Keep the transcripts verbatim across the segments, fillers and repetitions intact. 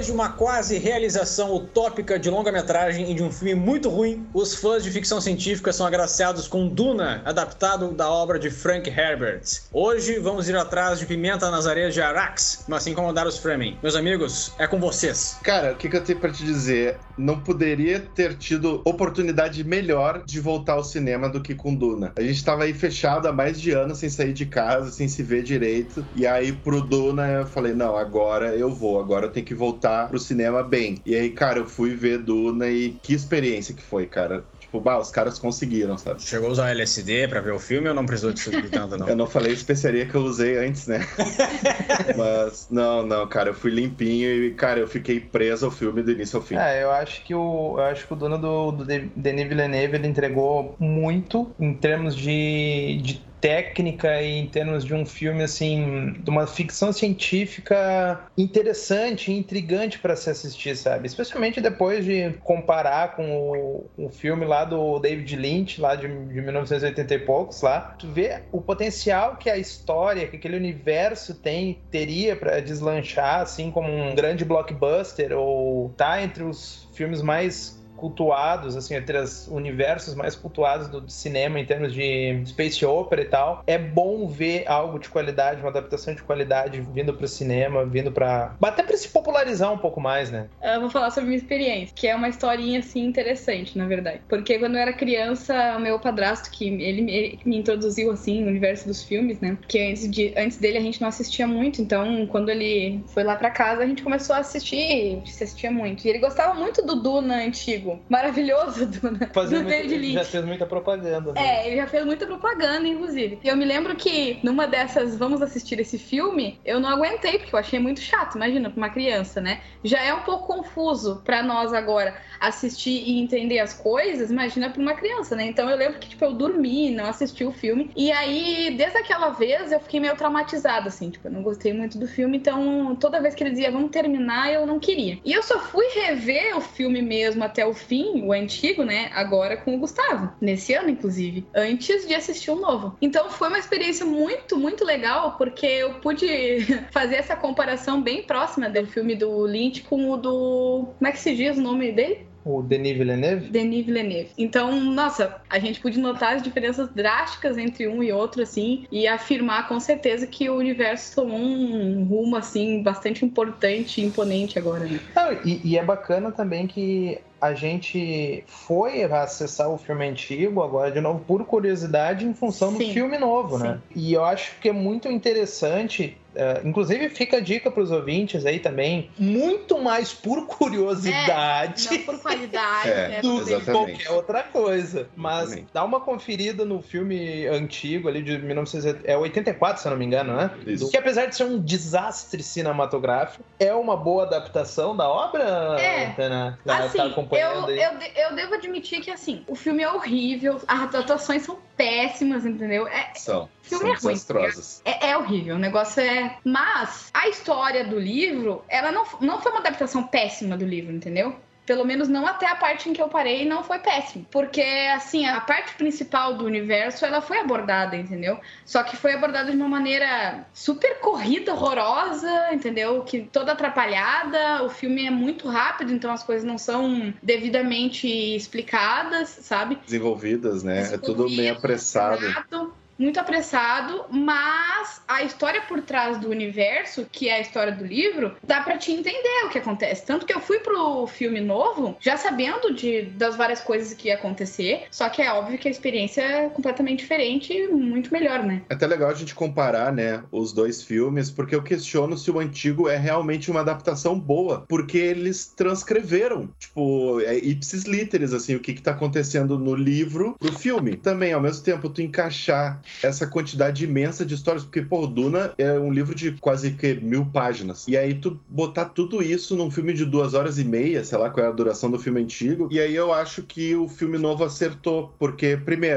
de uma quase realização utópica de longa-metragem e de um filme muito ruim, os fãs de ficção científica são agraciados com Duna, adaptado da obra de Frank Herbert. Hoje vamos ir atrás de Pimenta nas Areias de Arrakis, mas sem incomodar os Fremen. Meus amigos, é com vocês. Cara, o que, que eu tenho pra te dizer? Não poderia ter tido oportunidade melhor de voltar ao cinema do que com Duna. A gente tava aí fechado há mais de anos sem sair de casa, sem se ver direito. E aí pro Duna eu falei, não, agora eu vou, agora eu tenho que voltar pro cinema bem. E aí, cara, eu fui ver Duna e que experiência que foi, cara. Tipo, bah, os caras conseguiram, sabe? Chegou a usar L S D pra ver o filme ou não precisou disso tanto, não? Eu não falei a especiaria que eu usei antes, né? Mas, não, não, cara, eu fui limpinho e, cara, eu fiquei preso ao filme do início ao fim. É, eu acho que o, eu acho que o dono do, do Denis Villeneuve, ele entregou muito em termos de, de técnica e em termos de um filme, assim, de uma ficção científica interessante e intrigante para se assistir, sabe? Especialmente depois de comparar com o, o filme lá do David Lynch, lá de, de mil novecentos e oitenta e poucos, lá. Tu vê o potencial que a história, que aquele universo tem, teria para deslanchar, assim, como um grande blockbuster, ou tá entre os filmes mais cultuados, assim, entre os universos mais cultuados do cinema em termos de space opera e tal. É bom ver algo de qualidade, uma adaptação de qualidade vindo pro cinema, vindo pra... até pra se popularizar um pouco mais, né? Eu vou falar sobre minha experiência, que é uma historinha, assim, interessante, na verdade. Porque quando eu era criança, o meu padrasto, que ele, ele me introduziu, assim, no universo dos filmes, né? Porque antes, de, antes dele a gente não assistia muito, então quando ele foi lá pra casa, a gente começou a assistir, se assistia muito. E ele gostava muito do Duna antigo. Maravilhoso do, do David Lynch. Já fez muita propaganda. Né? É, ele já fez muita propaganda, inclusive. E eu me lembro que numa dessas, vamos assistir esse filme, eu não aguentei, porque eu achei muito chato, imagina, pra uma criança, né? Já é um pouco confuso pra nós agora assistir e entender as coisas, imagina pra uma criança, né? Então eu lembro que, tipo, eu dormi, não assisti o filme. E aí, desde aquela vez, eu fiquei meio traumatizada, assim, tipo, eu não gostei muito do filme, então toda vez que ele dizia, vamos terminar, eu não queria. E eu só fui rever o filme mesmo até o fim, o antigo, né? Agora com o Gustavo. Nesse ano, inclusive. Antes de assistir o novo. Então foi uma experiência muito, muito legal, porque eu pude fazer essa comparação bem próxima do filme do Lynch com o do... Como é que se diz o nome dele? O Denis Villeneuve? Denis Villeneuve. Então, nossa, a gente pôde notar as diferenças drásticas entre um e outro, assim, e afirmar com certeza que o universo tomou um rumo, assim, bastante importante e imponente agora, né? Não, e, e é bacana também que a gente foi acessar o filme antigo agora de novo por curiosidade em função Sim. do filme novo, Sim. né? E eu acho que é muito interessante, uh, inclusive fica a dica para os ouvintes aí também, muito mais por curiosidade é, não por qualidade é, é, do que exatamente. qualquer outra coisa. Mas Exatamente. dá uma conferida no filme antigo ali de mil e novecentos e oitenta e quatro, se eu não me engano, né? Isso. Que apesar de ser um desastre cinematográfico, é uma boa adaptação da obra, É. né? Assim, Tá acompanhando eu, aí. eu, de- eu devo admitir que, assim, o filme é horrível, as atuações são péssimas, entendeu? É, São, o filme são é ruim. desastrosas. É, é horrível, o negócio é... Mas a história do livro, ela não, não foi uma adaptação péssima do livro, entendeu? Pelo menos não até a parte em que eu parei, não foi péssimo. Porque, assim, a parte principal do universo, ela foi abordada, entendeu? Só que foi abordada de uma maneira super corrida, horrorosa, entendeu? Que toda atrapalhada, o filme é muito rápido, então as coisas não são devidamente explicadas, sabe? Desenvolvidas, né? É tudo meio Desenvolvidas, apressado. exato. Muito apressado, mas a história por trás do universo, que é a história do livro, dá pra te entender o que acontece. Tanto que eu fui pro filme novo, já sabendo de, das várias coisas que ia acontecer, só que é óbvio que a experiência é completamente diferente e muito melhor, né? É até legal a gente comparar, né, os dois filmes, porque eu questiono se o antigo é realmente uma adaptação boa, porque eles transcreveram, tipo, é ipsis literis, assim, o que que tá acontecendo no livro pro filme. Também, ao mesmo tempo, tu encaixar essa quantidade imensa de histórias, porque, pô, Duna é um livro de quase que mil páginas. E aí tu botar tudo isso num filme de duas horas e meia, sei lá qual é a duração do filme antigo, e aí eu acho que o filme novo acertou, porque, primeiro,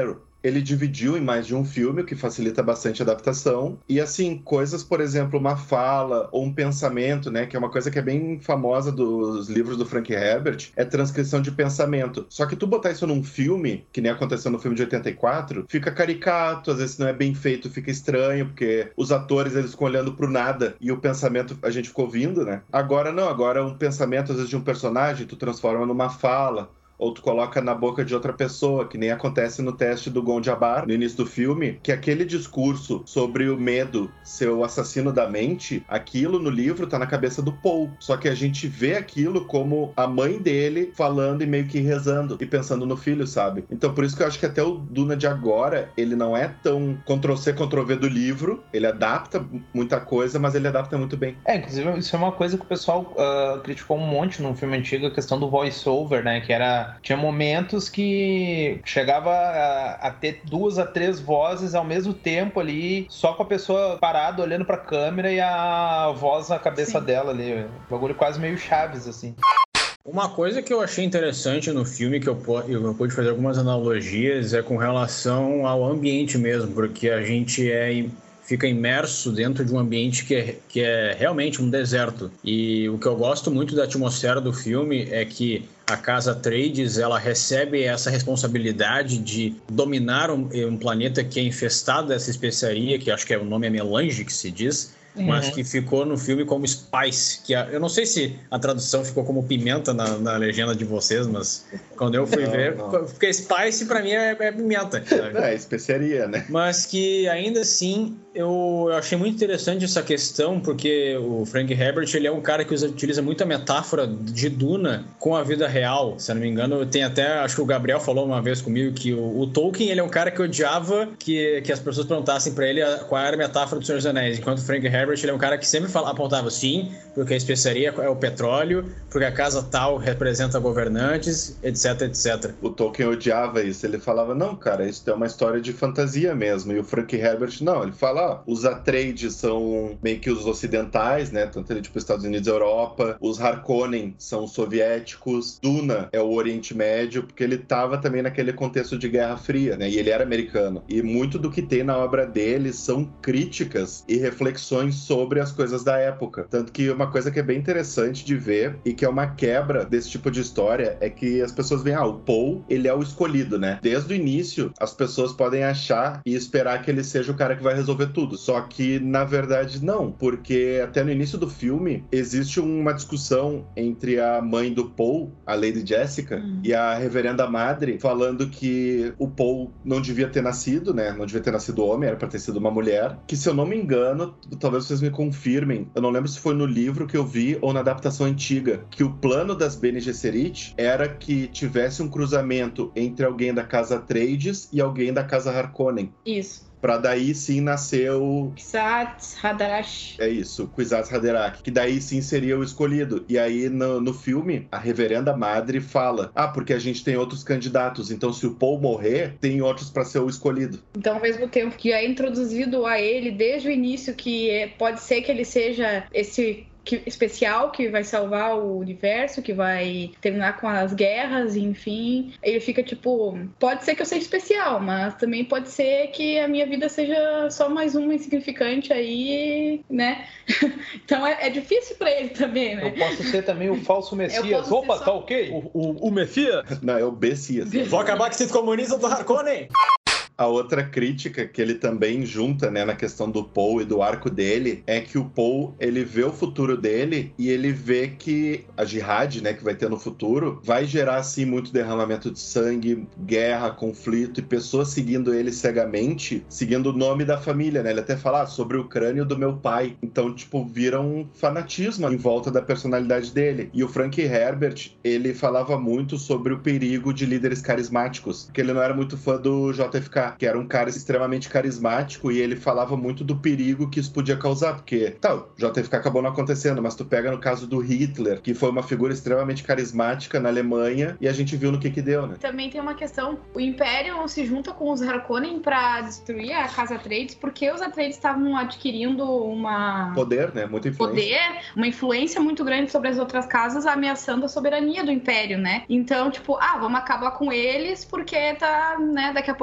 ele dividiu em mais de um filme, o que facilita bastante a adaptação. E assim, coisas, por exemplo, uma fala ou um pensamento, né, que é uma coisa que é bem famosa dos livros do Frank Herbert, é transcrição de pensamento. Só que tu botar isso num filme, que nem aconteceu no filme de oitenta e quatro, fica caricato, às vezes não é bem feito, fica estranho, porque os atores, eles ficam olhando pro nada e o pensamento a gente ficou ouvindo, né? Agora não, agora um pensamento, às vezes, de um personagem, tu transforma numa fala, ou tu coloca na boca de outra pessoa, que nem acontece no teste do Gondjabar, no início do filme, que aquele discurso sobre o medo ser o assassino da mente, aquilo no livro tá na cabeça do Paul. Só que a gente vê aquilo como a mãe dele falando e meio que rezando e pensando no filho, sabe? Então por isso que eu acho que até o Duna de agora, ele não é tão Ctrl-C, Ctrl-V do livro, ele adapta muita coisa, mas ele adapta muito bem. É, inclusive isso é uma coisa que o pessoal uh, criticou um monte no filme antigo, a questão do voice-over, né, que era tinha momentos que chegava a, a ter duas a três vozes ao mesmo tempo ali, só com a pessoa parada, olhando pra câmera e a voz na cabeça Sim. dela ali. Um bagulho quase meio Chaves, assim. Uma coisa que eu achei interessante no filme, que eu, eu pude fazer algumas analogias, é com relação ao ambiente mesmo, porque a gente é... fica imerso dentro de um ambiente que é, que é realmente um deserto. E o que eu gosto muito da atmosfera do filme é que a Casa Atreides, ela recebe essa responsabilidade de dominar um, um planeta que é infestado dessa especiaria, que acho que é, o nome é melange que se diz, uhum. mas que ficou no filme como spice, que a, eu não sei se a tradução ficou como pimenta na, na legenda de vocês, mas quando eu fui não, ver, não. porque spice pra mim é, é pimenta. Sabe? É, especiaria, né? Mas que ainda assim eu, eu achei muito interessante essa questão, porque o Frank Herbert, ele é um cara que usa, utiliza muito a metáfora de Duna com a vida real. Se eu não me engano, tem até, acho que o Gabriel falou uma vez comigo que o, o Tolkien, ele é um cara que odiava que, que as pessoas perguntassem pra ele qual era a metáfora do Senhor dos Anéis, enquanto o Frank Herbert, ele é um cara que sempre fala, apontava sim, porque a especiaria é o petróleo, porque a casa tal representa governantes, etc, etcétera. O Tolkien odiava isso, ele falava, não, cara, isso é uma história de fantasia mesmo, e o Frank Herbert, não, ele fala, ó, os Atreides são meio que os ocidentais, né, tanto ele, tipo, Estados Unidos e Europa, os Harkonnen são os soviéticos, Duna é o Oriente Médio, porque ele tava também naquele contexto de Guerra Fria, né, e ele era americano, e muito do que tem na obra dele são críticas e reflexões sobre as coisas da época, tanto que uma coisa que é bem interessante de ver, e que é uma quebra desse tipo de história, é que as pessoas veem, ah, o Paul, ele é o escolhido, né, desde o início, as pessoas podem achar e esperar que ele seja o cara que vai resolver tudo, só que, na verdade, não, porque até no início do filme, existe uma discussão entre a mãe do Paul, a Lady Jessica, hum. e a reverenda madre, falando que o Paul não devia ter nascido, né, não devia ter nascido homem, era pra ter sido uma mulher, que, se eu não me engano, talvez vocês me confirmem, eu não lembro se foi no livro que eu vi ou na adaptação antiga, que o plano das Bene Gesserit era que tivesse um cruzamento entre alguém da casa Atreides e alguém da casa Harkonnen. Isso. Pra daí sim nascer o... Kwisatz Haderach. É isso, Kwisatz Haderach. Que daí sim seria o escolhido. E aí no, no filme, a reverenda madre fala, ah, porque a gente tem outros candidatos, então se o Paul morrer, tem outros pra ser o escolhido. Então, ao mesmo tempo que é introduzido a ele desde o início que pode ser que ele seja esse... Que, especial, que vai salvar o universo, que vai terminar com as guerras, enfim. Ele fica tipo, pode ser que eu seja especial, mas também pode ser que a minha vida seja só mais uma insignificante aí, né? Então é, é difícil pra ele também, né? Eu posso ser também o falso Messias. Opa, só... tá ok? O, o, o Messias? Não, é o Bessias. Vou acabar com esses comunistas do Harkonnen! A outra crítica que ele também junta, né, na questão do Paul e do arco dele, é que o Paul, ele vê o futuro dele e ele vê que a jihad, né, que vai ter no futuro, vai gerar, assim, muito derramamento de sangue, guerra, conflito e pessoas seguindo ele cegamente, seguindo o nome da família, né? Ele até fala ah, sobre o crânio do meu pai. Então, tipo, vira um fanatismo em volta da personalidade dele. E o Frank Herbert, ele falava muito sobre o perigo de líderes carismáticos, porque ele não era muito fã do J F K, que era um cara extremamente carismático, e ele falava muito do perigo que isso podia causar, porque, tá, o J F K acabou não acontecendo, mas tu pega no caso do Hitler, que foi uma figura extremamente carismática na Alemanha, e a gente viu no que que deu, né? Também tem uma questão, o Império se junta com os Harkonnen pra destruir a Casa Atreides, porque os Atreides estavam adquirindo uma... Poder, né? Muita influência. Poder, uma influência muito grande sobre as outras casas, ameaçando a soberania do Império, né? Então, tipo, ah, vamos acabar com eles, porque tá, né, daqui a pouco eles vão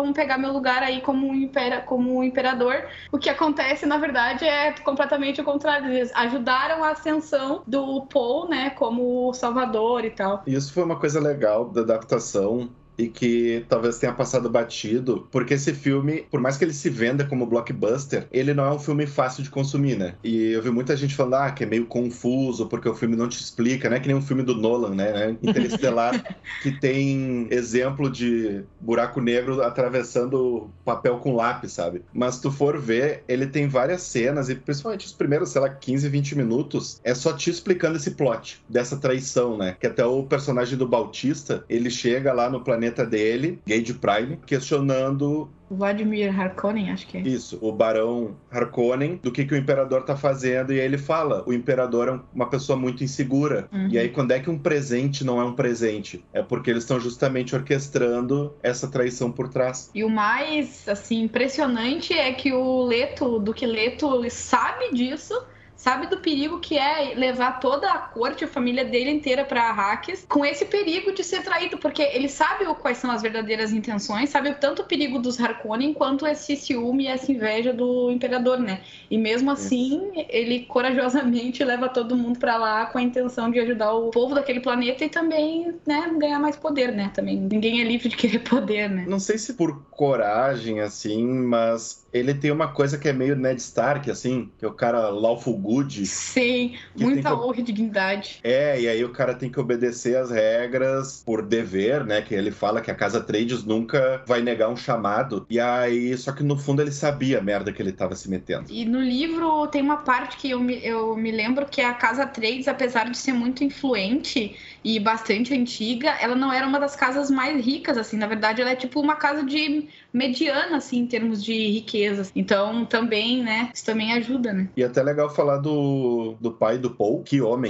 vamos pegar meu lugar aí como, impera, como imperador. O que acontece, na verdade, é completamente o contrário. Eles ajudaram a ascensão do Paul, né, como salvador e tal. Isso foi uma coisa legal da adaptação e que talvez tenha passado batido, porque esse filme, por mais que ele se venda como blockbuster, ele não é um filme fácil de consumir, né? E eu vi muita gente falando, ah, que é meio confuso, porque o filme não te explica, né? Que nem um filme do Nolan, né? Interestelar, que tem exemplo de buraco negro atravessando papel com lápis, sabe? Mas se tu for ver, ele tem várias cenas, e principalmente os primeiros, sei lá, quinze, vinte minutos, é só te explicando esse plot, dessa traição, né? Que até o personagem do Bautista, ele chega lá no planeta dele, Gage Prime, questionando Vladimir Harkonnen, acho que é. Isso, o Barão Harkonnen, do que, que o Imperador tá fazendo, e aí ele fala, o Imperador é uma pessoa muito insegura. Uhum. E aí, quando é que um presente não é um presente? É porque eles estão justamente orquestrando essa traição por trás. E o mais, assim, impressionante é que o Leto, o Duque Leto, sabe disso, sabe do perigo que é levar toda a corte, a família dele inteira pra Arrakis, com esse perigo de ser traído, porque ele sabe quais são as verdadeiras intenções, sabe tanto o perigo dos Harkonnen, quanto esse ciúme e essa inveja do Imperador, né? E mesmo assim, Isso. ele corajosamente leva todo mundo pra lá com a intenção de ajudar o povo daquele planeta e também, né, ganhar mais poder, né? Também ninguém é livre de querer poder, né? Não sei se por coragem, assim, mas ele tem uma coisa que é meio Ned Stark, assim, que é o cara lawful good. Sim, muita que... honra e dignidade. É, e aí o cara tem que obedecer as regras por dever, né? Que ele fala que a Casa Atreides nunca vai negar um chamado. E aí, só que no fundo ele sabia a merda que ele tava se metendo. E no livro tem uma parte que eu me, eu me lembro que a Casa Atreides, apesar de ser muito influente e bastante antiga, ela não era uma das casas mais ricas, assim. Na verdade, ela é tipo uma casa de mediana, assim, em termos de riqueza. Então, também, né? Isso também ajuda, né? E até legal falar do, do pai do Paul, que homem.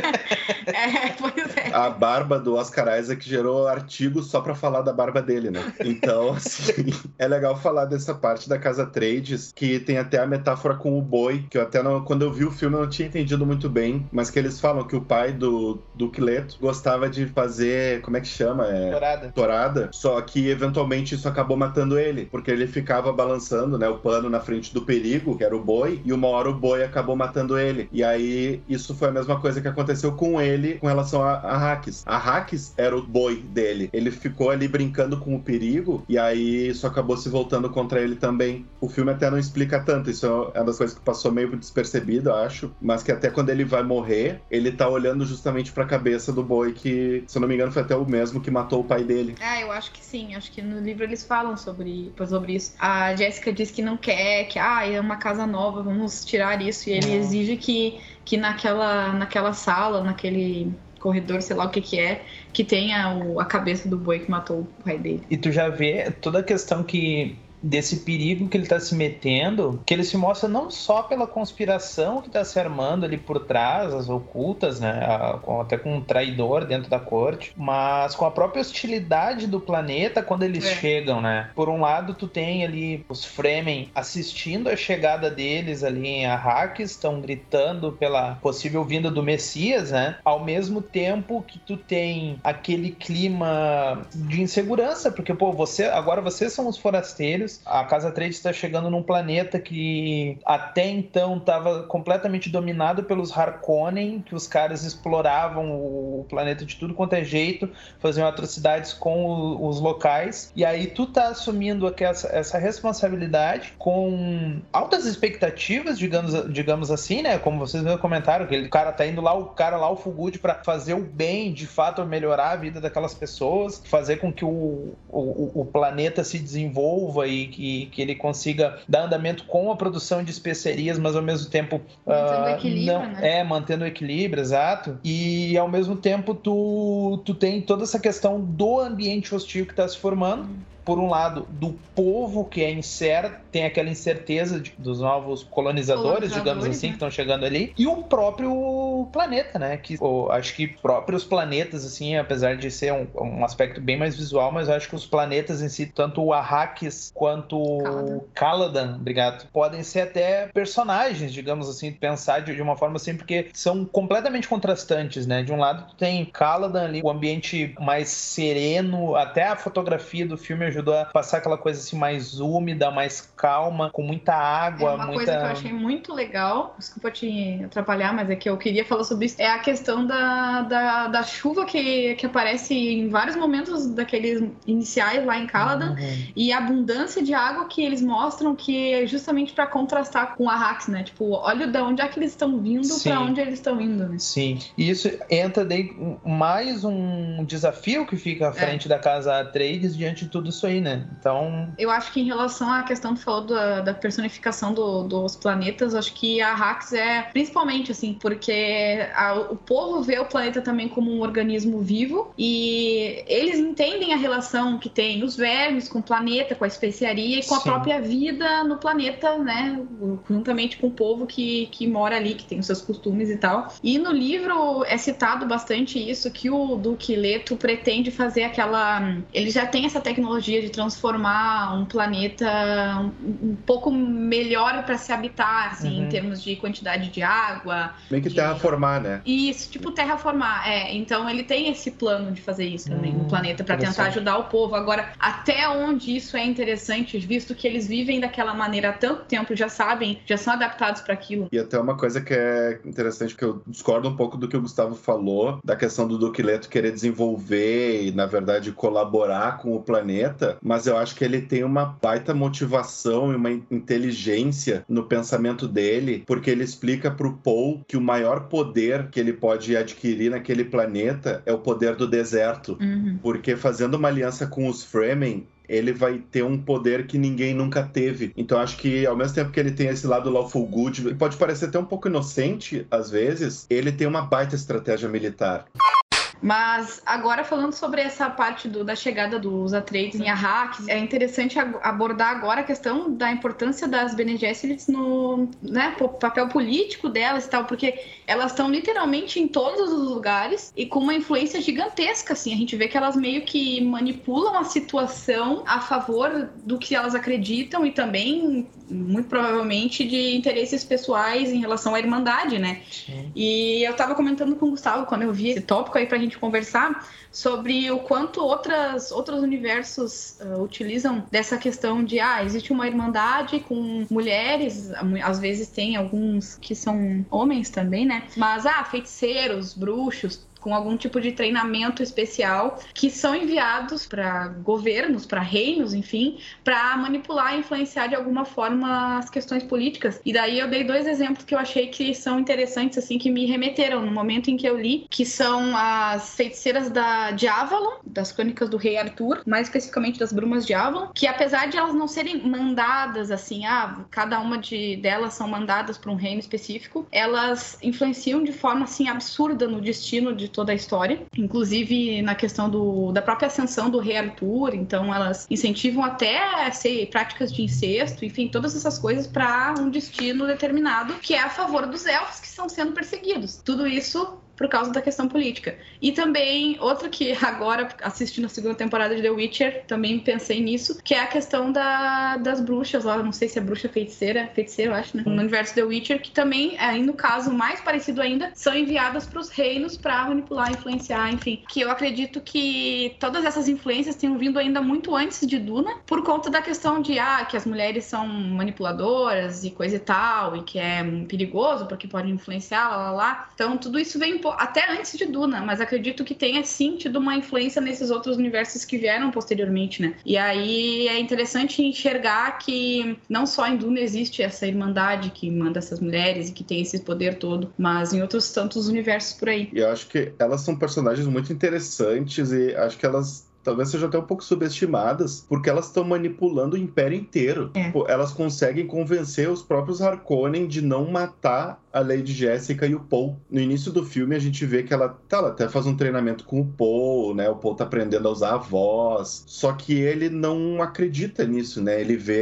É, pois é. A barba do Oscar Isaac gerou artigos só pra falar da barba dele, né? Então, assim, é legal falar dessa parte da Casa Atreides, que tem até a metáfora com o boi, que eu até não, quando eu vi o filme eu não tinha entendido muito bem, mas que eles falam que o pai do Duque Leto gostava de fazer, como é que chama? É... Torada. Torada, só que eventualmente isso acabou matando ele, porque ele ficava balançando, né, o pano na frente do perigo, que era o boi, e uma hora o boi acabou matando ele. E aí, isso foi a mesma coisa que aconteceu com ele com relação a Arrakis. Arrakis era o boi dele. Ele ficou ali brincando com o perigo, e aí isso acabou se voltando contra ele também. O filme até não explica tanto, isso é uma das coisas que passou meio despercebido, eu acho, mas que até quando ele vai morrer, ele tá olhando justamente pra cabeça do boi, que, se eu não me engano, foi até o mesmo que matou o pai dele. Ah, eu acho que sim. Acho que no livro eles falam sobre, sobre isso. A Jéssica diz que não quer, que ah, é uma casa nova, vamos tirar isso. E ele não. exige que, que naquela, naquela sala, naquele corredor, sei lá o que que é, que tenha o, a cabeça do boi que matou o pai dele. E tu já vê toda a questão que... desse perigo que ele tá se metendo, que ele se mostra não só pela conspiração que tá se armando ali por trás, as ocultas, né, até com um traidor dentro da corte, mas com a própria hostilidade do planeta quando eles é. chegam, né. Por um lado, tu tem ali os Fremen assistindo a chegada deles ali em Arrakis, estão gritando pela possível vinda do Messias, né, ao mesmo tempo que tu tem aquele clima de insegurança, porque, pô, você, agora vocês são os forasteiros. A Casa Atreides está chegando num planeta que até então estava completamente dominado pelos Harkonnen, que os caras exploravam o planeta de tudo quanto é jeito, faziam atrocidades com os locais, e aí tu tá assumindo essa, essa responsabilidade com altas expectativas, digamos, digamos assim, né? Como vocês mesmo comentaram, que o cara tá indo lá, o cara lá, o Fugude, para fazer o bem, de fato melhorar a vida daquelas pessoas, fazer com que o, o, o planeta se desenvolva e que, que ele consiga dar andamento com a produção de especiarias, mas ao mesmo tempo mantendo uh, o equilíbrio, não, né? É, mantendo o equilíbrio, exato. E ao mesmo tempo tu, tu tem toda essa questão do ambiente hostil que está se formando. Hum. Por um lado, do povo que é incerto, tem aquela incerteza de, dos novos colonizadores, colonizadores digamos assim, né? Que estão chegando ali, e o próprio planeta, né? Que eu acho que próprios planetas, assim, apesar de ser um, um aspecto bem mais visual, mas eu acho que os planetas em si, tanto o Arrakis quanto o Caladan, obrigado, podem ser até personagens, digamos assim, pensar de, de uma forma assim, porque são completamente contrastantes, né? De um lado, tu tem Caladan ali, o ambiente mais sereno, até a fotografia do filme ajudou a passar aquela coisa assim mais úmida, mais calma, com muita água. É uma muita... coisa que eu achei muito legal, desculpa te atrapalhar, mas é que eu queria falar sobre isso, é a questão da, da, da chuva que, que aparece em vários momentos daqueles iniciais lá em Caladan, uhum. e a abundância de água que eles mostram que é justamente para contrastar com Arrakis, né? Tipo, olha de onde é que eles estão vindo para onde eles estão indo, né? Sim, e isso entra daí mais um desafio que fica à frente é. da casa Atreides diante de tudo isso aí, né? Então... Eu acho que em relação à questão que tu falou da, da personificação do, dos planetas, acho que a Arrakis é principalmente, assim, porque a, o povo vê o planeta também como um organismo vivo e eles entendem a relação que tem os vermes com o planeta, com a especiaria e com Sim. a própria vida no planeta, né? Juntamente com o povo que, que mora ali, que tem os seus costumes e tal. E no livro é citado bastante isso, que o Duque Leto pretende fazer aquela... Ele já tem essa tecnologia de transformar um planeta um, um pouco melhor para se habitar, assim, uhum. em termos de quantidade de água. Meio que de... terraformar, né? Isso, tipo terraformar, é. Então ele tem esse plano de fazer isso também hum, no planeta para tentar ajudar o povo. Agora, até onde isso é interessante, visto que eles vivem daquela maneira há tanto tempo, já sabem, já são adaptados para aquilo. E até uma coisa que é interessante, que eu discordo um pouco do que o Gustavo falou, da questão do Duque Leto querer desenvolver e, na verdade, colaborar com o planeta, mas eu acho que ele tem uma baita motivação e uma inteligência no pensamento dele, porque ele explica pro Paul que o maior poder que ele pode adquirir naquele planeta é o poder do deserto, uhum. porque fazendo uma aliança com os Fremen, ele vai ter um poder que ninguém nunca teve. Então acho que ao mesmo tempo que ele tem esse lado lawful good, pode parecer até um pouco inocente às vezes, ele tem uma baita estratégia militar. Mas agora falando sobre essa parte do, da chegada dos Atreides em Arrakis, é interessante abordar agora a questão da importância das Bene Gesserits no, né, papel político delas e tal, porque elas estão literalmente em todos os lugares e com uma influência gigantesca, assim. A gente vê que elas meio que manipulam a situação a favor do que elas acreditam e também, muito provavelmente, de interesses pessoais em relação à Irmandade, né? Sim. E eu tava comentando com o Gustavo quando eu vi esse tópico aí pra gente conversar sobre o quanto outras, outros universos uh, utilizam dessa questão de, ah, existe uma irmandade com mulheres, às vezes tem alguns que são homens também, né? Mas, ah, feiticeiros, bruxos, com algum tipo de treinamento especial, que são enviados para governos, para reinos, enfim, para manipular e influenciar de alguma forma as questões políticas. E daí eu dei dois exemplos que eu achei que são interessantes, assim, que me remeteram no momento em que eu li, que são as feiticeiras da, de Avalon, das Crônicas do Rei Arthur, mais especificamente das Brumas de Avalon, que apesar de elas não serem mandadas, assim, ah, cada uma de delas são mandadas para um reino específico, elas influenciam de forma, assim, absurda no destino de toda a história, inclusive na questão do, da própria ascensão do rei Arthur. Então elas incentivam até ser práticas de incesto, enfim, todas essas coisas para um destino determinado que é a favor dos elfos que estão sendo perseguidos. Tudo isso por causa da questão política. E também, outra que agora, assistindo a segunda temporada de The Witcher, também pensei nisso, que é a questão da, das bruxas lá, não sei se é bruxa feiticeira, feiticeira eu acho, né? No universo The Witcher, que também, aí no caso mais parecido ainda, são enviadas para os reinos para manipular, influenciar, enfim. Que eu acredito que todas essas influências tenham vindo ainda muito antes de Duna, por conta da questão de, ah, que as mulheres são manipuladoras e coisa e tal, e que é perigoso porque pode influenciar, lá, lá, lá. Então, tudo isso vem até antes de Duna, mas acredito que tenha sim tido uma influência nesses outros universos que vieram posteriormente, né? E aí é interessante enxergar que não só em Duna existe essa irmandade que manda essas mulheres e que tem esse poder todo, mas em outros tantos universos por aí. E eu acho que elas são personagens muito interessantes e acho que elas talvez sejam até um pouco subestimadas, porque elas estão manipulando o império inteiro. É. Elas conseguem convencer os próprios Harkonnen de não matar a Lady Jessica e o Paul. No início do filme, a gente vê que ela, tá, ela até faz um treinamento com o Paul, né? O Paul tá aprendendo a usar a voz. Só que ele não acredita nisso, né? Ele vê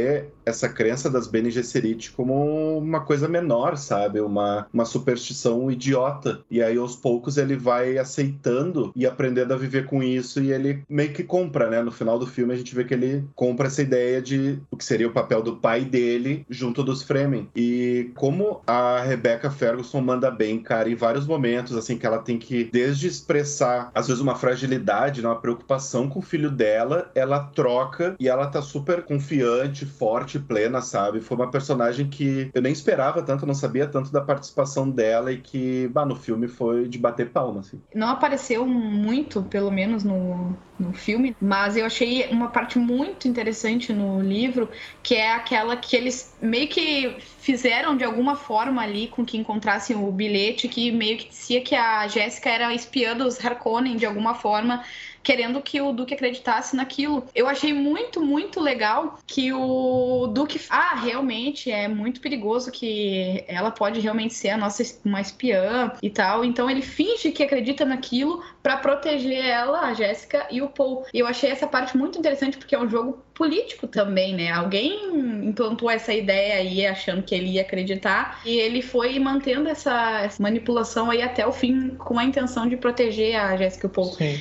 essa crença das Bene Gesserit como uma coisa menor, sabe? Uma, uma superstição idiota. E aí, aos poucos, ele vai aceitando e aprendendo a viver com isso, e ele meio que compra, né? No final do filme, a gente vê que ele compra essa ideia de o que seria o papel do pai dele junto dos Fremen. E como a Rebecca Ferguson manda bem, cara, em vários momentos, assim, que ela tem que, desde expressar, às vezes, uma fragilidade, né, uma preocupação com o filho dela, ela troca e ela tá super confiante, forte, plena, sabe? Foi uma personagem que eu nem esperava tanto, não sabia tanto da participação dela e que, bah, no filme foi de bater palma, assim. Não apareceu muito, pelo menos no, no filme, mas eu achei uma parte muito interessante no livro, que é aquela que eles meio que fizeram de alguma forma ali com que encontrassem o bilhete que meio que dizia que a Jéssica era a espiã dos Harkonnen de alguma forma, querendo que o Duque acreditasse naquilo. Eu achei muito, muito legal que o Duque... Ah, realmente é muito perigoso que ela pode realmente ser a nossa uma espiã e tal. Então ele finge que acredita naquilo pra proteger ela, a Jéssica e o Paul. E eu achei essa parte muito interessante porque é um jogo político também, né? Alguém implantou essa ideia aí achando que ele ia acreditar e ele foi mantendo essa, essa manipulação aí até o fim com a intenção de proteger a Jéssica e o Paul. Sim.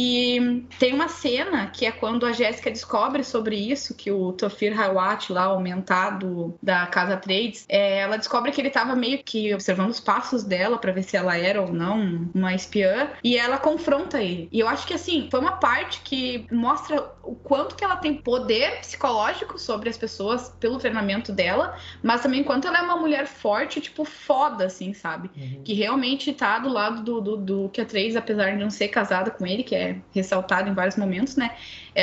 E tem uma cena que é quando a Jéssica descobre sobre isso, que o Thofir Hayat, lá, o mentado da Casa Atreides, é, ela descobre que ele estava meio que observando os passos dela para ver se ela era ou não uma espiã, e ela confronta ele. E eu acho que, assim, foi uma parte que mostra o quanto que ela tem poder psicológico sobre as pessoas pelo treinamento dela, mas também quanto ela é uma mulher forte, tipo, foda, assim, sabe? Uhum. Que realmente tá do lado do, do, do que a Atreides, apesar de não ser casada com ele, que é ressaltado em vários momentos, né?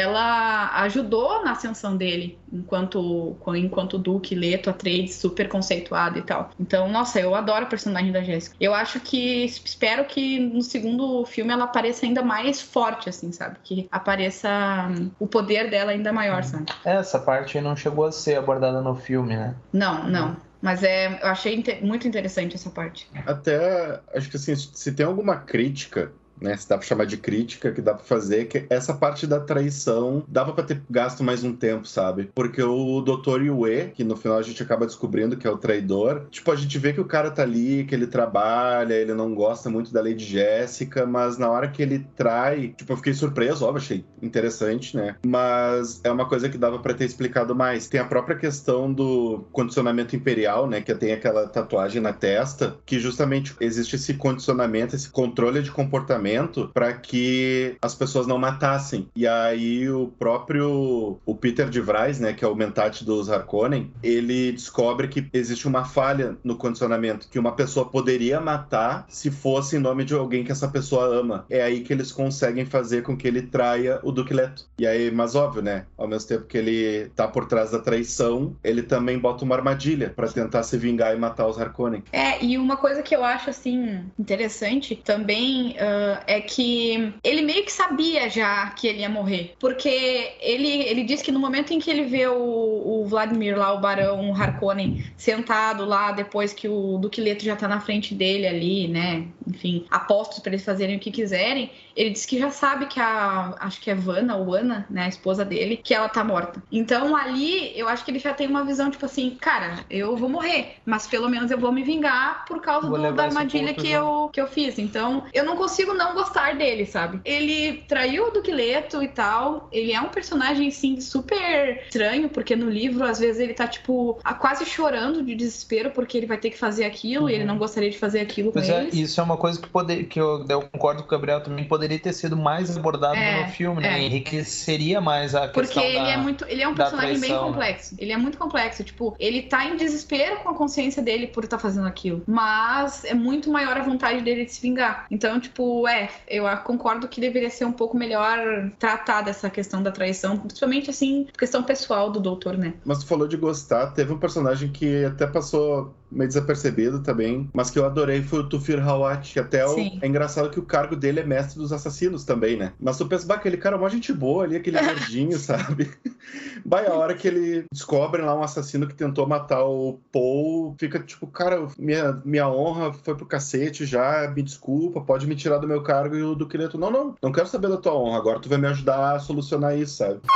Ela ajudou na ascensão dele, enquanto, enquanto Duque, Leto, Atreides, super conceituado e tal. Então, nossa, eu adoro a personagem da Jéssica. Eu acho que, espero que no segundo filme ela apareça ainda mais forte, assim, sabe? Que apareça um, o poder dela ainda maior, sabe? Essa parte não chegou a ser abordada no filme, né? Não, não. Mas é, eu achei inte- muito interessante essa parte. Até, acho que assim, se tem alguma crítica, né, se dá pra chamar de crítica, que dá pra fazer, que essa parte da traição dava pra ter gasto mais um tempo, sabe? Porque o doutor Yue, que no final a gente acaba descobrindo que é o traidor, tipo, a gente vê que o cara tá ali, que ele trabalha, ele não gosta muito da Lady Jéssica, mas na hora que ele trai, tipo, eu fiquei surpreso, óbvio, achei interessante, né? Mas é uma coisa que dava pra ter explicado mais. Tem a própria questão do condicionamento imperial, né, que tem aquela tatuagem na testa, que justamente existe esse condicionamento, esse controle de comportamento para que as pessoas não matassem. E aí o próprio o Peter de Vries, né, que é o mentate dos Harkonnen, ele descobre que existe uma falha no condicionamento, que uma pessoa poderia matar se fosse em nome de alguém que essa pessoa ama. É aí que eles conseguem fazer com que ele traia o Duque Leto. E aí, mas óbvio, né, ao mesmo tempo que ele tá por trás da traição, ele também bota uma armadilha para tentar se vingar e matar os Harkonnen. É, e uma coisa que eu acho, assim, interessante também uh, é que ele meio que sabia já que ele ia morrer. Porque ele, ele disse que no momento em que ele vê o, o Vladimir lá, o Barão Harkonnen, sentado lá, depois que o Duque Leto já tá na frente dele ali, né? Enfim, apostos pra eles fazerem o que quiserem, ele disse que já sabe que a, acho que é Vanna, ou Ana, né, a esposa dele, que ela tá morta. Então ali, eu acho que ele já tem uma visão, tipo assim, cara, eu vou morrer, mas pelo menos eu vou me vingar por causa do, da armadilha que eu, que eu fiz. Então, eu não consigo não gostar dele, sabe? Ele traiu o Duque Leto e tal, ele é um personagem, sim, super estranho, porque no livro, às vezes, ele tá, tipo, quase chorando de desespero porque ele vai ter que fazer aquilo, uhum. E ele não gostaria de fazer aquilo pois com é, eles. Isso é uma coisa que, poder, que eu, eu concordo com o Gabriel também, poderia ter sido mais abordado é, no filme, né? É. Enriqueceria mais a questão porque ele da, é muito, ele é um personagem traição, bem complexo. Né? Ele é muito complexo, tipo, ele tá em desespero com a consciência dele por estar tá fazendo aquilo, mas é muito maior a vontade dele de se vingar. Então, tipo, é, eu concordo que deveria ser um pouco melhor tratada essa questão da traição, principalmente, assim, questão pessoal do doutor, né? Mas tu falou de gostar, teve um personagem que até passou meio desapercebido também, mas que eu adorei, foi o Thufir Hawat, que até o... é engraçado que o cargo dele é mestre dos assassinos também, né? Mas tu pensa, bah, aquele cara é uma gente boa ali, aquele gordinho, sabe? Vai, a hora que ele descobre lá um assassino que tentou matar o Paul, fica tipo, cara, minha, minha honra foi pro cacete já, me desculpa, pode me tirar do meu cargo, e o Duque Leto, não, não, não quero saber da tua honra, agora tu vai me ajudar a solucionar isso, sabe?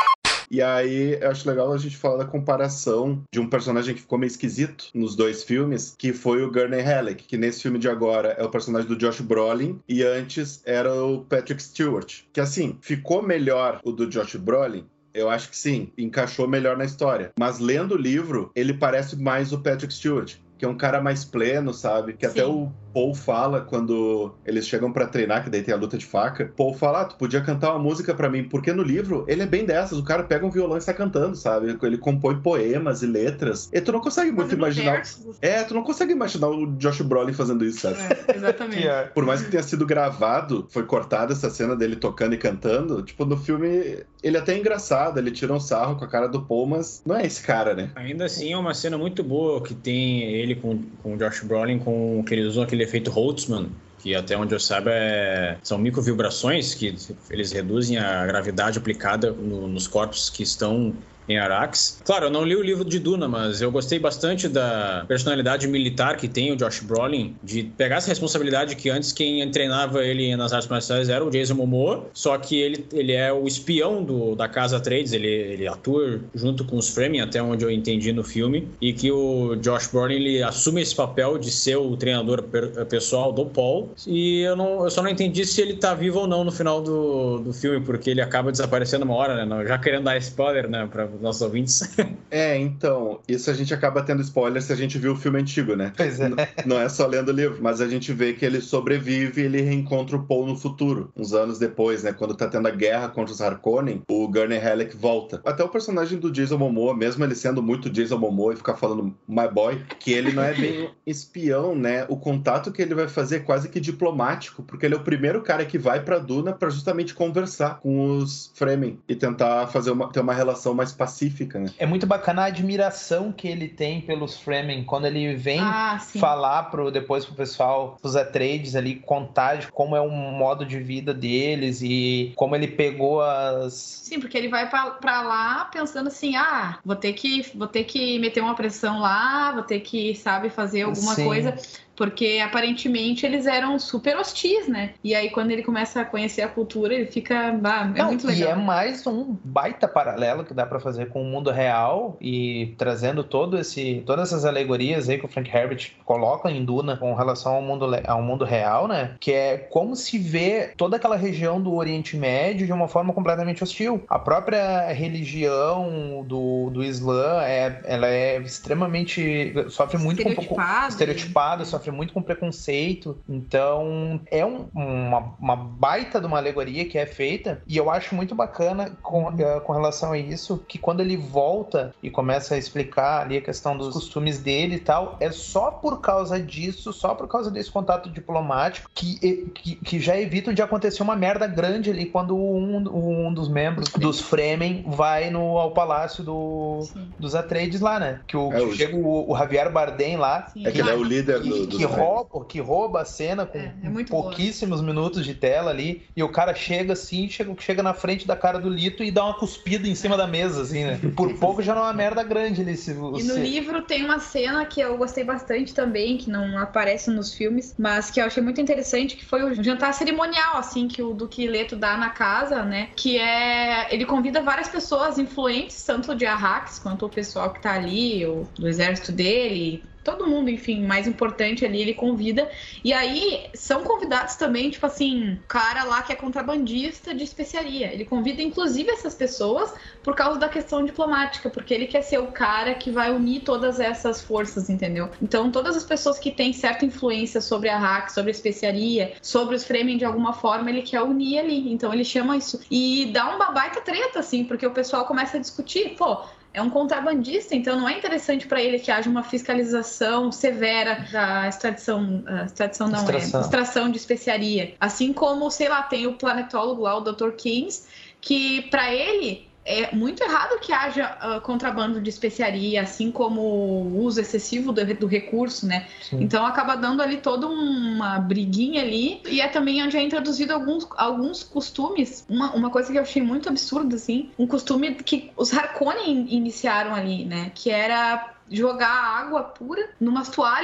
E aí, eu acho legal a gente falar da comparação de um personagem que ficou meio esquisito nos dois filmes, que foi o Gurney Halleck, que nesse filme de agora é o personagem do Josh Brolin, e antes era o Patrick Stewart. Que assim, ficou melhor o do Josh Brolin? Eu acho que sim, encaixou melhor na história. Mas lendo o livro, ele parece mais o Patrick Stewart, que é um cara mais pleno, sabe? Que sim. Até o Paul fala quando eles chegam pra treinar, que daí tem a luta de faca. Paul fala, ah, tu podia cantar uma música pra mim, porque no livro ele é bem dessas, o cara pega um violão e está cantando, sabe? Ele compõe poemas e letras. E tu não consegue muito fazendo imaginar... Versos. É, tu não consegue imaginar o Josh Brolin fazendo isso, sabe? É, exatamente. Por mais que tenha sido gravado, foi cortada essa cena dele tocando e cantando, tipo, no filme ele até é engraçado, ele tira um sarro com a cara do Paul, mas não é esse cara, né? Ainda assim é uma cena muito boa que tem ele com, com o Josh Brolin, com que eles usam aquele efeito Holtzman, que até onde eu saiba é... são microvibrações que eles reduzem a gravidade aplicada no, nos corpos que estão em Arrakis. Claro, eu não li o livro de Duna, mas eu gostei bastante da personalidade militar que tem o Josh Brolin, de pegar essa responsabilidade que antes quem treinava ele nas artes marciais era o Jason Momoa, só que ele, ele é o espião do, da Casa Atreides, ele, ele atua junto com os Fremen, até onde eu entendi no filme, e que o Josh Brolin ele assume esse papel de ser o treinador per, pessoal do Paul, e eu, não, eu só não entendi se ele tá vivo ou não no final do, do filme, porque ele acaba desaparecendo uma hora, né? Já querendo dar spoiler, né, pra nossos ouvintes. É, então, isso a gente acaba tendo spoiler se a gente viu o filme antigo, né? Pois é. N- não é só lendo o livro, mas a gente vê que ele sobrevive e ele reencontra o Paul no futuro, uns anos depois, né? Quando tá tendo a guerra contra os Harkonnen, o Gurney Halleck volta. Até o personagem do Jason Momoa, mesmo ele sendo muito Jason Momoa e ficar falando my boy, que ele não é bem espião, né? O contato que ele vai fazer é quase que diplomático, porque ele é o primeiro cara que vai pra Duna pra justamente conversar com os Fremen e tentar fazer uma, ter uma relação mais pacífica, né? É muito bacana a admiração que ele tem pelos Fremen, quando ele vem ah, falar pro, depois pro pessoal, pros Atreides ali, contar de como é o modo de vida deles e como ele pegou as... Sim, porque ele vai pra, pra lá pensando assim, ah, vou ter que, vou ter que meter uma pressão lá, vou ter que, sabe, fazer alguma Sim. coisa... Porque, aparentemente, eles eram super hostis, né? E aí, quando ele começa a conhecer a cultura, ele fica... Ah, é Não, muito legal. E é mais um baita paralelo que dá pra fazer com o mundo real e trazendo todo esse, todas essas alegorias aí que o Frank Herbert coloca em Duna com relação ao mundo, ao mundo real, né? Que é como se vê toda aquela região do Oriente Médio de uma forma completamente hostil. A própria religião do, do Islã, é, ela é extremamente... Sofre muito com um pouco... Estereotipada, sofre muito com preconceito, então é um, uma, uma baita de uma alegoria que é feita, e eu acho muito bacana com, uh, com relação a isso, que quando ele volta e começa a explicar ali a questão dos costumes dele e tal, é só por causa disso, só por causa desse contato diplomático que, que, que já evita de acontecer uma merda grande ali quando um, um dos membros dos Fremen vai no, ao palácio do, dos Atreides lá, né? Que, o, é, que chega o, o Javier Bardem lá. É que ele é o líder do... Que rouba, que rouba a cena com é, é pouquíssimos boa. minutos de tela ali, e o cara chega assim, chega, chega na frente da cara do Lito e dá uma cuspida em cima da mesa, assim, né? Por pouco já não é uma merda grande ali. Se você... E no livro tem uma cena que eu gostei bastante também, que não aparece nos filmes, mas que eu achei muito interessante, que foi o jantar cerimonial, assim, que o Duque Leto dá na casa, né? Que é... Ele convida várias pessoas influentes, tanto de Arrakis quanto o pessoal que tá ali, o, do exército dele... Todo mundo, enfim, mais importante ali, ele convida. E aí, são convidados também, tipo assim, cara lá que é contrabandista de especiaria. Ele convida, inclusive, essas pessoas por causa da questão diplomática, porque ele quer ser o cara que vai unir todas essas forças, entendeu? Então, todas as pessoas que têm certa influência sobre a Arrakis, sobre a especiaria, sobre os Fremen, de alguma forma, ele quer unir ali. Então, ele chama isso. E dá uma baita treta, assim, porque o pessoal começa a discutir, pô, é um contrabandista, então não é interessante para ele que haja uma fiscalização severa da extradição, uh, extradição não extração. é, extração de especiaria. Assim como, sei lá, tem o planetólogo lá, o doutor Keynes, que para ele é muito errado que haja uh, contrabando de especiaria, assim como o uso excessivo do, do recurso, né? Sim. Então acaba dando ali toda uma briguinha ali, e é também onde é introduzido alguns, alguns costumes, uma, uma coisa que eu achei muito absurda, assim, um costume que os Harkonnen iniciaram ali, né? Que era jogar água pura numas toalhas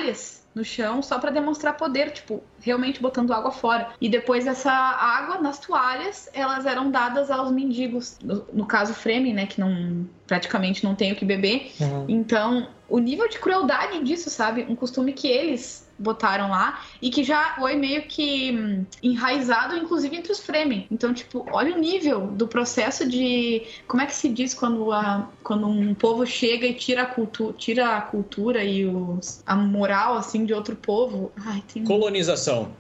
no chão só pra demonstrar poder, tipo, realmente botando água fora. E depois essa água nas toalhas, elas eram dadas aos mendigos. No, no caso, Fremen, né, que não, praticamente não tem o que beber. Uhum. Então, o nível de crueldade disso, sabe? Um costume que eles botaram lá e que já foi meio que hum, enraizado, inclusive, entre os Fremen. Então, tipo, olha o nível do processo de... Como é que se diz quando, a, quando um povo chega e tira a, cultu tira a cultura e os, a moral, assim, de outro povo? Ai, tem... Colonização.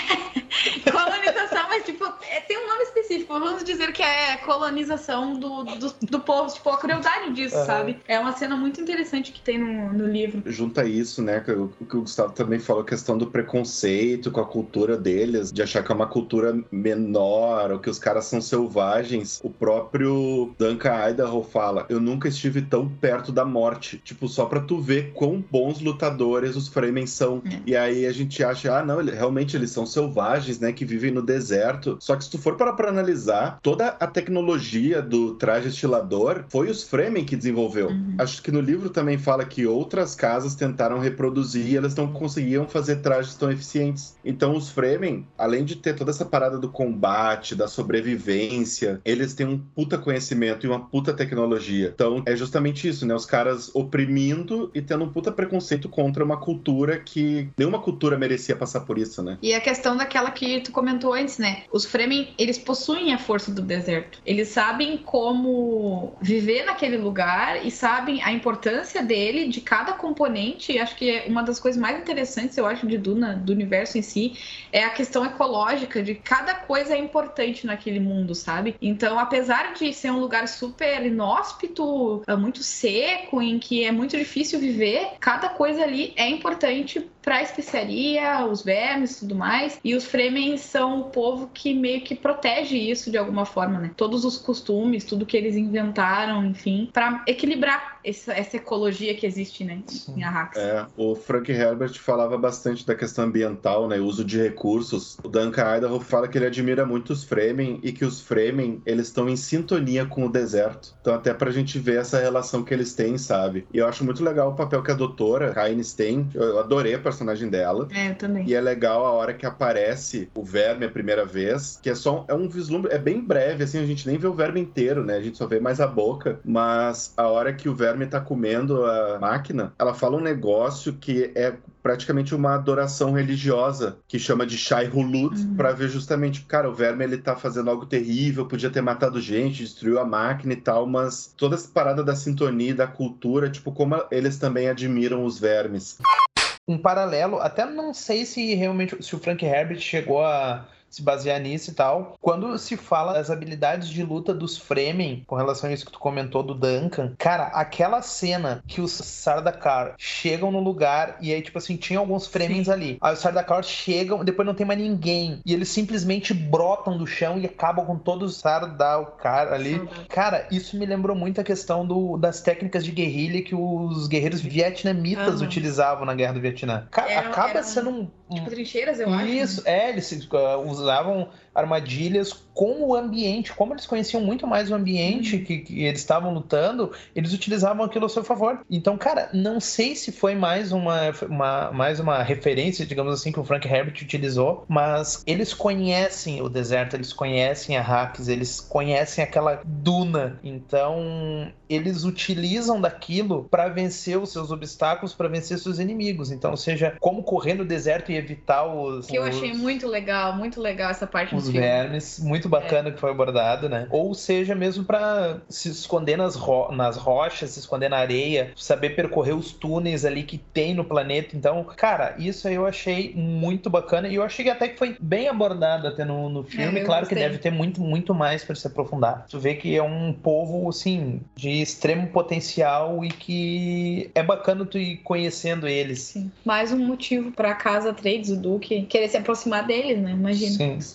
É, colonização, mas tipo, é, tem um nome específico. Vamos dizer que é colonização do, do, do povo, tipo, a crueldade disso, uhum. sabe? É uma cena muito interessante que tem no, no livro. Junta isso, né, que o, que o Gustavo também falou, a questão do preconceito com a cultura deles, de achar que é uma cultura menor, ou que os caras são selvagens. O próprio Duncan Idaho fala, eu nunca estive tão perto da morte. Tipo, só pra tu ver quão bons lutadores os Fremen são. É. E aí a gente acha, ah, não, ele, realmente eles são selvagens, né, que vivem no deserto. Só que se tu for parar pra analisar, toda a tecnologia do traje estilador foi os Fremen que desenvolveu. Uhum. Acho que no livro também fala que outras casas tentaram reproduzir e elas não conseguiam fazer trajes tão eficientes. Então os Fremen, além de ter toda essa parada do combate, da sobrevivência, eles têm um puta conhecimento e uma puta tecnologia. Então é justamente isso, né, os caras oprimindo e tendo um puta preconceito contra uma cultura que nenhuma cultura merecia passar por isso, né? E a questão daquela que tu comentou antes, né? Os Fremen, eles possuem a força do deserto. Eles sabem como viver naquele lugar e sabem a importância dele, de cada componente. E acho que é uma das coisas mais interessantes, eu acho, de Duna, do universo em si, é a questão ecológica, de cada coisa é importante naquele mundo, sabe? Então, apesar de ser um lugar super inóspito, muito seco, em que é muito difícil viver, cada coisa ali é importante para a especiaria, os vermes e tudo mais. E os Fremen são o povo que meio que protege isso de alguma forma, né? Todos os costumes, tudo que eles inventaram, enfim, para equilibrar essa, essa ecologia que existe, né, em Arrakis. É, o Frank Herbert falava bastante da questão ambiental, né, uso de recursos. O Duncan Idaho fala que ele admira muito os Fremen e que os Fremen, eles estão em sintonia com o deserto. Então até pra gente ver essa relação que eles têm, sabe? E eu acho muito legal o papel que a doutora Caines tem. Eu adorei a personagem dela. É, eu também. E é legal a hora que aparece o verme a primeira vez, que é só um, é um vislumbre, é bem breve, assim, a gente nem vê o verme inteiro, né? A gente só vê mais a boca, mas a hora que o verme tá comendo a máquina, ela fala um negócio que é praticamente uma adoração religiosa, que chama de Shai Hulud, uhum. pra ver justamente, cara, o verme, ele tá fazendo algo terrível, podia ter matado gente, destruiu a máquina e tal, mas toda essa parada da sintonia, da cultura, tipo, como eles também admiram os vermes. Um paralelo, até não sei se realmente, se o Frank Herbert chegou a se basear nisso e tal. Quando se fala das habilidades de luta dos Fremen, com relação a isso que tu comentou do Duncan, cara, aquela cena que os Sardaukar chegam no lugar e aí, tipo assim, tinha alguns Fremens ali. Aí os Sardaukar chegam, depois não tem mais ninguém. E eles simplesmente brotam do chão e acabam com todos os Sardaukar ali. Uhum. Cara, isso me lembrou muito a questão do, das técnicas de guerrilha que os guerreiros vietnamitas uhum. utilizavam na Guerra do Vietnã. Cara, era, acaba era sendo um... Tipo trincheiras, eu acho. Isso, é, eles uh, usavam armadilhas com o ambiente, como eles conheciam muito mais o ambiente uhum. que, que eles estavam lutando, eles utilizavam aquilo a seu favor. Então, cara, não sei se foi mais uma, uma, mais uma referência, digamos assim, que o Frank Herbert utilizou, mas eles conhecem o deserto, eles conhecem Arrakis, eles conhecem aquela duna, então eles utilizam daquilo para vencer os seus obstáculos, para vencer seus inimigos. Então, seja como correr no deserto e evitar os... Que eu achei os... muito legal, muito legal essa parte os vermes, muito bacana é. que foi abordado, né? Ou seja, mesmo pra se esconder nas, ro- nas rochas, se esconder na areia, saber percorrer os túneis ali que tem no planeta. Então, cara, isso aí eu achei muito bacana e eu achei que até que foi bem abordado até no, no filme. É, claro gostei. Que deve ter muito, muito mais pra se aprofundar. Tu vê que é um povo, assim, de extremo potencial e que é bacana tu ir conhecendo eles. Sim. Mais um motivo pra casa Atreides, o Duque, querer se aproximar deles, né? Imagina. Sim. Falaram do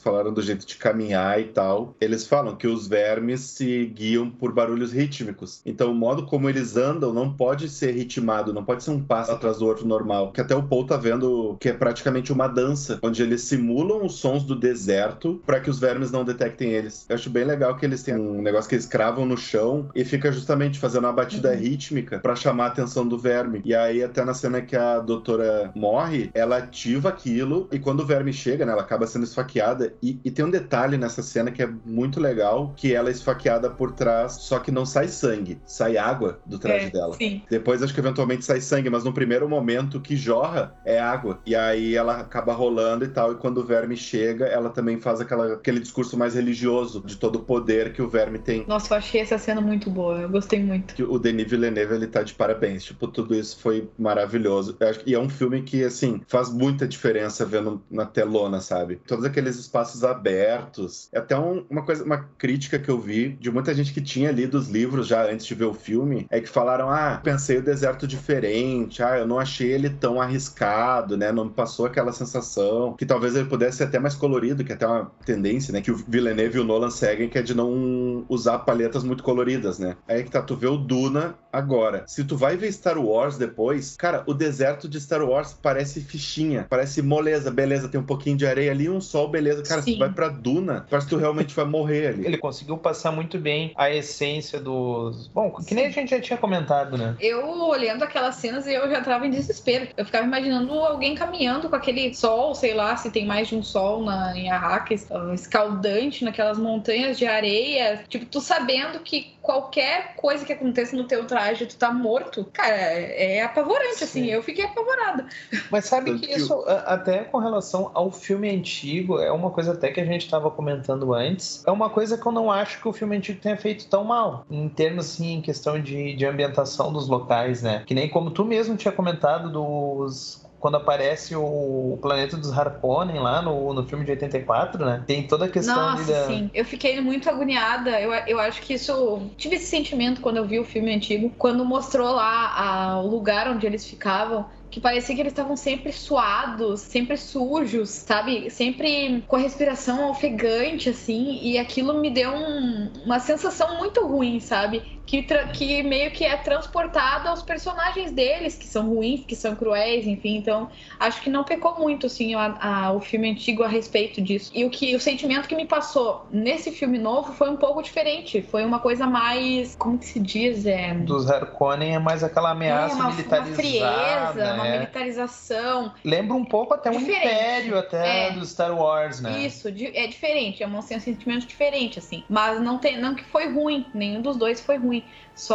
do jeito de caminhar e tal. Eles falam que os vermes se guiam por barulhos rítmicos. Então, o modo como eles andam não pode ser ritmado, não pode ser um passo atrás do outro normal. Que até o Paul tá vendo que é praticamente uma dança, onde eles simulam os sons do deserto para que os vermes não detectem eles. Eu acho bem legal que eles têm um negócio que eles cravam no chão e fica justamente fazendo uma batida uhum. rítmica para chamar a atenção do verme. E aí, até na cena que a doutora morre, ela ativa aquilo e quando o verme chega, né, ela acaba sendo esfaqueada. E, e tem um detalhe nessa cena que é muito legal, que ela é esfaqueada por trás, só que não sai sangue, sai água do traje é, dela. Sim. Depois acho que eventualmente sai sangue, mas no primeiro momento que jorra é água. E aí ela acaba rolando e tal, e quando o verme chega, ela também faz aquela, aquele discurso mais religioso de todo o poder que o verme tem. Nossa, eu achei essa cena muito boa, eu gostei muito. O Denis Villeneuve, ele tá de parabéns, tipo, tudo isso foi maravilhoso. Eu acho que, e é um filme que, assim, faz muita diferença vendo na telona, sabe? Todos aqueles espaços abertos. É até um, uma coisa, uma crítica que eu vi de muita gente que tinha lido os livros já antes de ver o filme, é que falaram, ah, pensei o deserto diferente, ah, eu não achei ele tão arriscado, né? Não me passou aquela sensação que talvez ele pudesse ser até mais colorido, que é até uma tendência, né? Que o Villeneuve e o Nolan seguem, que é de não usar paletas muito coloridas, né? Aí que tá, tu vê o Duna agora. Se tu vai ver Star Wars depois, cara, o deserto de Star Wars parece fichinha, parece moleza, beleza, tem um pouquinho de areia ali, um sol, beleza. Cara, se tu vai pra Duna, parece que tu realmente vai morrer ali. Ele conseguiu passar muito bem a essência dos... Bom, que Sim. nem a gente já tinha comentado, né? Eu, olhando aquelas cenas, eu já tava em desespero. Eu ficava imaginando alguém caminhando com aquele sol, sei lá, se tem mais de um sol na, em Arrakis, uh, escaldante naquelas montanhas de areia. Tipo, tu sabendo que qualquer coisa que aconteça no teu traje, tu tá morto. Cara, é apavorante, Sim. assim. Eu fiquei apavorada. Mas sabe que isso, até com relação ao filme antigo, é uma coisa até que a gente tava comentando antes, é uma coisa que eu não acho que o filme antigo tenha feito tão mal, em termos, assim, em questão de, de ambientação dos locais, né? Que nem como tu mesmo tinha comentado dos... Quando aparece o planeta dos Harkonnen lá no, no filme de oitenta e quatro, né? Tem toda a questão Nossa, de... Da... sim. Eu fiquei muito agoniada. Eu, eu acho que isso... Tive esse sentimento quando eu vi o filme antigo. Quando mostrou lá a, o lugar onde eles ficavam, que parecia que eles estavam sempre suados, sempre sujos, sabe? Sempre com a respiração ofegante, assim. E aquilo me deu um, uma sensação muito ruim, sabe? Que, que meio que é transportado aos personagens deles, que são ruins, que são cruéis, enfim. Então, acho que não pecou muito, assim, a, a, o filme antigo a respeito disso. E o, que, o sentimento que me passou nesse filme novo foi um pouco diferente. Foi uma coisa mais... Como que se diz? É... Dos Harkonnen é mais aquela ameaça é, uma, militarizada. Uma frieza, uma militarização. Lembra um pouco até diferente. um império até é. do Star Wars, né? Isso, é diferente. É um sentimento diferente, assim. Mas não, tem, não que foi ruim. Nenhum dos dois foi ruim.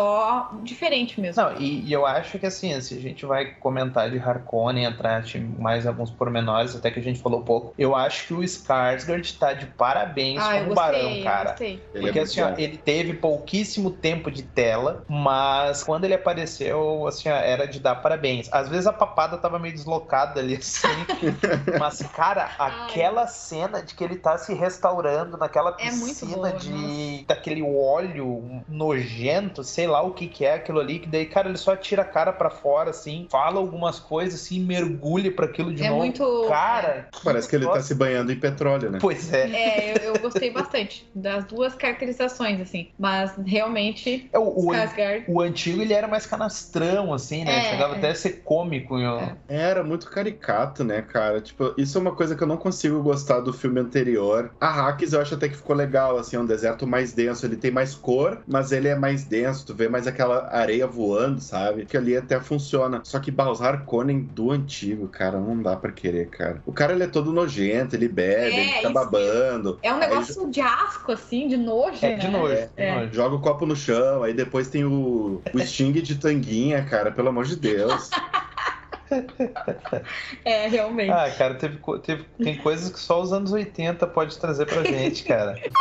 Só diferente mesmo. Não, e, e eu acho que assim, se a gente vai comentar de Harkonnen, entrar de mais alguns pormenores, até que a gente falou pouco, eu acho que o Skarsgård tá de parabéns ah, como gostei, barão, cara. Ele Porque é assim, ó, ele teve pouquíssimo tempo de tela, mas quando ele apareceu, assim, ó, era de dar parabéns. Às vezes a papada tava meio deslocada ali, assim, mas, cara, aquela Ai. cena de que ele tá se restaurando naquela piscina é boa, de nossa. daquele óleo nojento, sei lá o que que é aquilo ali, que daí, cara, ele só tira a cara pra fora, assim, fala algumas coisas, assim, mergulha pra aquilo de é novo. Muito... Cara, que parece que ele tá se banhando em petróleo, né? Pois é. É, eu, eu gostei bastante das duas caracterizações, assim, mas realmente é, o, Skarsgård... o antigo, ele era mais canastrão, assim, né? É, Chegava é. até a ser cômico. É. Era muito caricato, né, cara? Tipo, isso é uma coisa que eu não consigo gostar do filme anterior. Arrakis eu acho até que ficou legal, assim, é um deserto mais denso, ele tem mais cor, mas ele é mais denso, tu vê mais aquela areia voando, sabe? Que ali até funciona. Só que bah, os Harkonnen do antigo, cara, não dá pra querer, cara. O cara, ele é todo nojento, ele bebe, é, ele fica babando. É um negócio aí... de asco, assim, de nojo, é, né? De nojo, é, de nojo. Joga o copo no chão, aí depois tem o, o Sting de tanguinha, cara, pelo amor de Deus. É, realmente. Ah, cara, teve, teve, tem coisas que só os anos oitenta pode trazer pra gente, cara.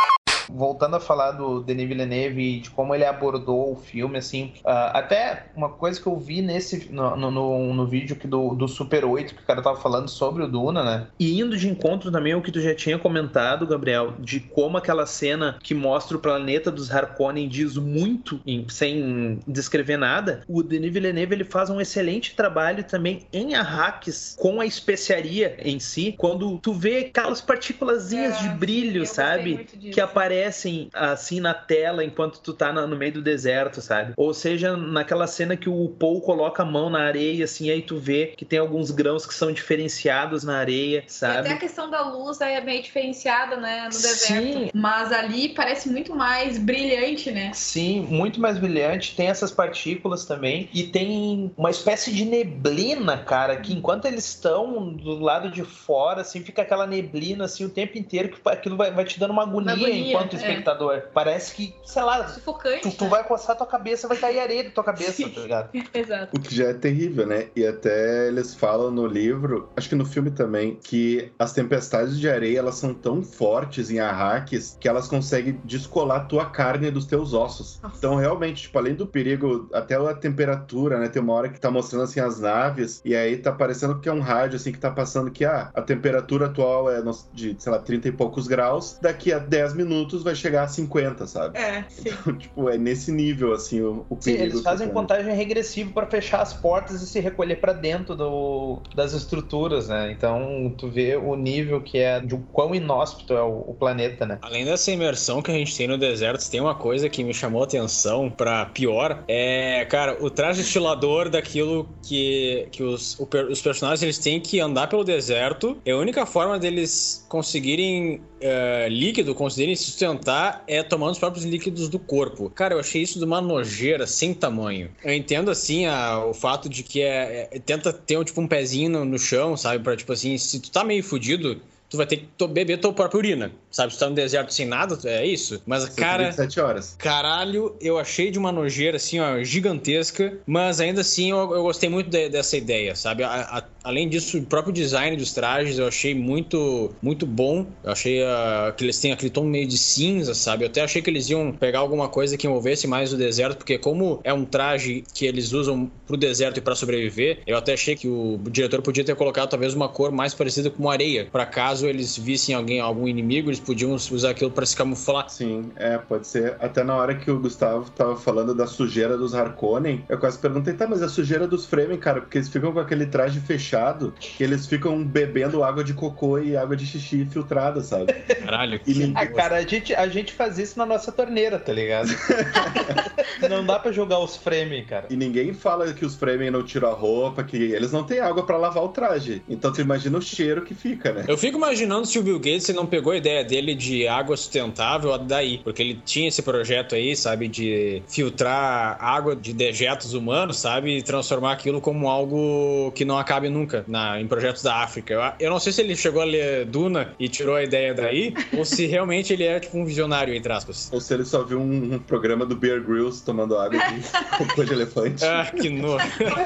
voltando a falar do Denis Villeneuve e de como ele abordou o filme, assim, uh, até uma coisa que eu vi nesse, no, no, no vídeo aqui do, do Super oito, que o cara tava falando sobre o Duna, né? E indo de encontro também ao que tu já tinha comentado, Gabriel, de como aquela cena que mostra o planeta dos Harkonnen diz muito, em, sem descrever nada, o Denis Villeneuve ele faz um excelente trabalho também em Arrakis, com a especiaria em si, quando tu vê aquelas partículazinhas é, de brilho, sabe? Que aparecem assim na tela enquanto tu tá no meio do deserto, sabe? Ou seja, naquela cena que o Paul coloca a mão na areia, assim, aí tu vê que tem alguns grãos que são diferenciados na areia, sabe? E até a questão da luz é meio diferenciada, né, no deserto. Sim. Mas ali parece muito mais brilhante, né? Sim, muito mais brilhante. Tem essas partículas também. E tem uma espécie de neblina, cara, que enquanto eles estão do lado de fora, assim, fica aquela neblina, assim, o tempo inteiro, que aquilo vai, vai te dando uma agonia, uma agonia enquanto é. espectador. Parece que, sei lá, sufocante, tu, tu vai coçar tua cabeça, vai cair areia da tua cabeça, Sim. tá ligado? Exato. O que já é terrível, né? E até eles falam no livro, acho que no filme também, que as tempestades de areia, elas são tão fortes em Arrakis que elas conseguem descolar tua carne dos teus ossos. Nossa. Então, realmente, tipo, além do perigo, até a temperatura, né? Tem uma hora que tá mostrando, assim, as naves, e aí tá parecendo que é um rádio, assim, que tá passando que, ah, a temperatura atual é de, sei lá, trinta e poucos graus, daqui a dez minutos vai chegar a cinquenta, sabe? É, sim. Então, tipo, é nesse nível, assim, o, o sim, perigo. Eles fazem contagem regressiva pra fechar as portas e se recolher pra dentro do, das estruturas, né? Então, tu vê o nível que é, de quão inóspito é o, o planeta, né? Além dessa imersão que a gente tem no deserto, tem uma coisa que me chamou a atenção pra pior, é, cara, o traje estilador daquilo que, que os, o, os personagens eles têm que andar pelo deserto. É a única forma deles conseguirem uh, líquido, conseguirem se sustentar é tomando os próprios líquidos do corpo. Cara, eu achei isso de uma nojeira sem tamanho. Eu entendo, assim, a, o fato de que é, é, tenta ter, tipo, um pezinho no, no chão, sabe? Pra, tipo assim, se tu tá meio fudido, tu vai ter que to- beber tua própria urina, sabe? Se tu tá no deserto sem nada, é isso. Mas, cara... vinte e sete horas. Caralho, eu achei de uma nojeira, assim, ó, gigantesca. Mas, ainda assim, eu, eu gostei muito de, dessa ideia, sabe? A, a, além disso, o próprio design dos trajes eu achei muito, muito bom. Eu achei uh, que eles têm aquele tom meio de cinza, sabe? Eu até achei que eles iam pegar alguma coisa que envolvesse mais o deserto, porque como é um traje que eles usam pro deserto e pra sobreviver, eu até achei que o diretor podia ter colocado talvez uma cor mais parecida com areia, pra caso eles vissem alguém, algum inimigo, eles podiam usar aquilo pra se camuflar. Sim, é, pode ser. Até na hora que o Gustavo tava falando da sujeira dos Harkonnen, eu quase perguntei, tá, mas a sujeira dos Fremen, cara, porque eles ficam com aquele traje fechado, que eles ficam bebendo água de cocô e água de xixi filtrada, sabe? Caralho. E ninguém... Ah, cara, a gente, a gente faz isso na nossa torneira, tá ligado? Não dá pra jogar os Fremen, cara. E ninguém fala que os Fremen não tiram a roupa, que eles não têm água pra lavar o traje. Então tu imagina o cheiro que fica, né? Eu fico imaginando se o Bill Gates não pegou a ideia dele de água sustentável daí, porque ele tinha esse projeto aí, sabe, de filtrar água de dejetos humanos, sabe, e transformar aquilo como algo que não acabe nunca na, em projetos da África. Eu, eu não sei se ele chegou a ler Duna e tirou a ideia daí, ou se realmente ele é tipo um visionário, entre aspas. Ou se ele só viu um, um programa do Bear Grylls tomando água de cocô de elefante. Ah, que nojo.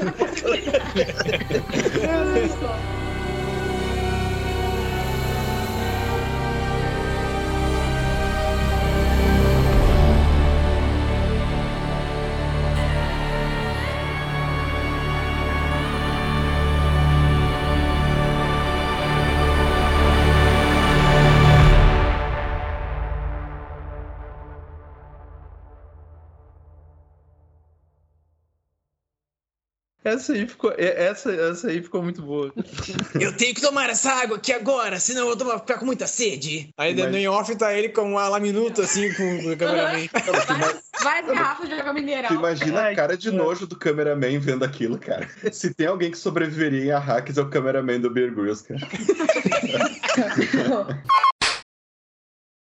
Essa aí ficou, essa, essa aí ficou muito boa. Eu tenho que tomar essa água aqui agora, senão eu vou ficar com muita sede. Aí no em off tá ele com uma laminuta assim com o cameraman. Várias garrafas de água mineral. Tu imagina Ai, a cara de nojo do cameraman vendo aquilo, cara. Se tem alguém que sobreviveria em Arrakis é o cameraman do Bear Grylls, cara.